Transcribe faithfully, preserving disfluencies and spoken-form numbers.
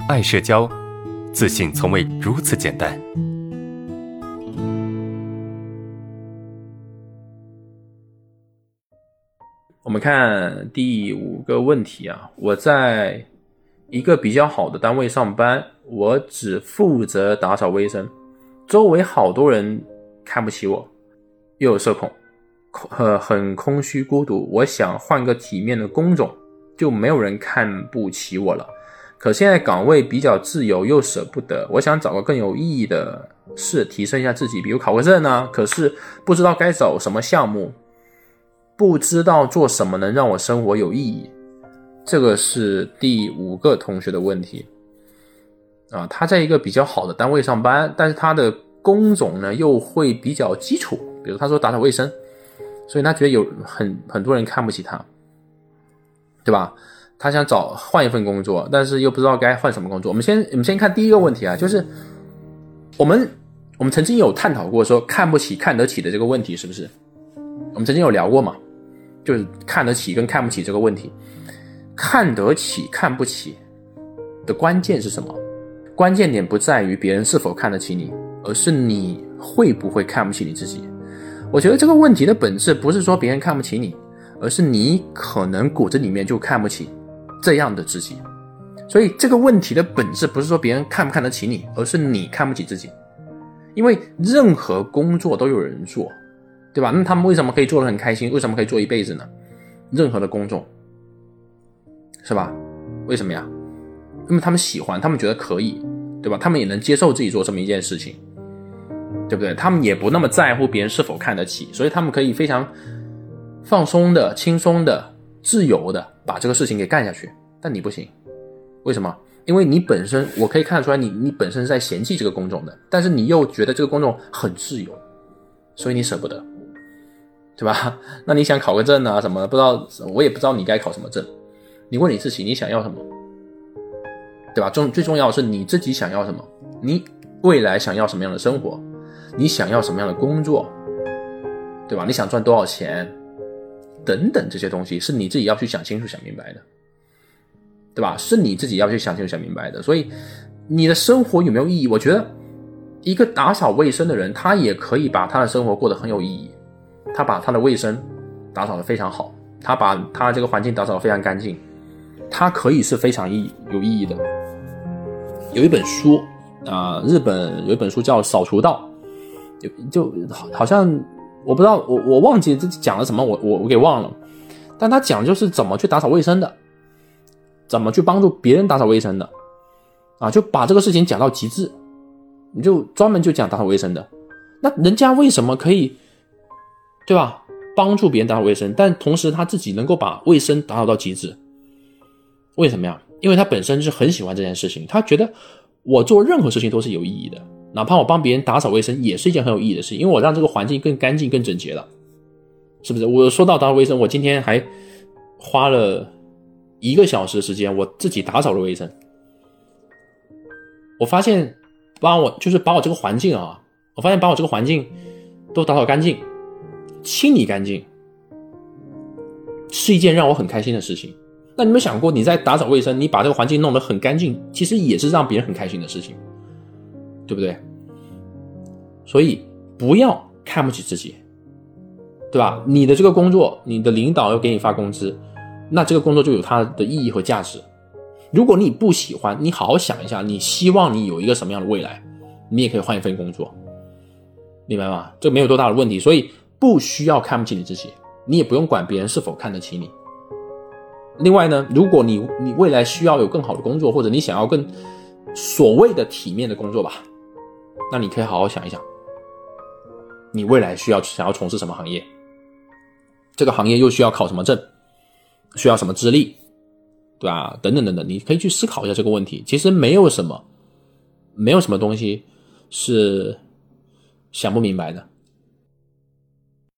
爱社交，自信从未如此简单。 我们看第五个问题啊，我在一个比较好的单位上班，我只负责打扫卫生，周围好多人看不起我，又有社恐，呃，很空虚孤独，我想换个体面的工种，就没有人看不起我了。可现在岗位比较自由，又舍不得，我想找个更有意义的事提升一下自己，比如考个证啊，可是不知道该找什么项目，不知道做什么能让我生活有意义。这个是第五个同学的问题啊，他在一个比较好的单位上班，但是他的工种呢又会比较基础，比如他说打扫卫生，所以他觉得有很很多人看不起他，对吧？他想找换一份工作，但是又不知道该换什么工作。我们先我们先看第一个问题啊，就是我们我们曾经有探讨过说看不起看得起的这个问题，是不是？我们曾经有聊过嘛，就是看得起跟看不起这个问题。看得起看不起的关键是什么？关键点不在于别人是否看得起你，而是你会不会看不起你自己。我觉得这个问题的本质不是说别人看不起你，而是你可能骨子里面就看不起这样的自己。所以这个问题的本质不是说别人看不看得起你，而是你看不起自己。因为任何工作都有人做，对吧？那他们为什么可以做得很开心？为什么可以做一辈子呢？任何的工作，是吧？为什么呀？因为他们喜欢，他们觉得可以，对吧？他们也能接受自己做这么一件事情，对不对？他们也不那么在乎别人是否看得起，所以他们可以非常放松的、轻松的、自由的把这个事情给干下去。但你不行，为什么？因为你本身，我可以看得出来你你本身是在嫌弃这个工种的，但是你又觉得这个工种很自由，所以你舍不得，对吧？那你想考个证啊什么，不知道，我也不知道你该考什么证。你问你自己，你想要什么，对吧？重最重要的是你自己想要什么，你未来想要什么样的生活，你想要什么样的工作，对吧？你想赚多少钱等等，这些东西是你自己要去想清楚想明白的，对吧？是你自己要去想清楚想明白的。所以你的生活有没有意义？我觉得一个打扫卫生的人，他也可以把他的生活过得很有意义，他把他的卫生打扫得非常好，他把他这个环境打扫得非常干净，它可以是非常意有意义的。有一本书啊、呃，日本有一本书叫《扫除道》，就好像我不知道，我我忘记这讲了什么，我我我给忘了。但他讲就是怎么去打扫卫生的，怎么去帮助别人打扫卫生的，啊，就把这个事情讲到极致，你就专门就讲打扫卫生的。那人家为什么可以，对吧？帮助别人打扫卫生，但同时他自己能够把卫生打扫到极致。为什么呀？因为他本身是很喜欢这件事情，他觉得我做任何事情都是有意义的，哪怕我帮别人打扫卫生也是一件很有意义的事情，因为我让这个环境更干净更整洁了，是不是？我说到打扫卫生，我今天还花了一个小时的时间我自己打扫了卫生，我发现把我就是把我这个环境啊，我发现把我这个环境都打扫干净清理干净是一件让我很开心的事情。那你有没有想过，你在打扫卫生，你把这个环境弄得很干净，其实也是让别人很开心的事情，对不对？所以不要看不起自己，对吧？你的这个工作，你的领导要给你发工资，那这个工作就有它的意义和价值。如果你不喜欢，你好好想一下，你希望你有一个什么样的未来，你也可以换一份工作，明白吗？这没有多大的问题，所以不需要看不起你自己，你也不用管别人是否看得起你。另外呢，如果你你未来需要有更好的工作，或者你想要更所谓的体面的工作吧，那你可以好好想一想，你未来需要想要从事什么行业，这个行业又需要考什么证，需要什么资历，对吧？等等等等，你可以去思考一下这个问题。其实没有什么没有什么东西是想不明白的。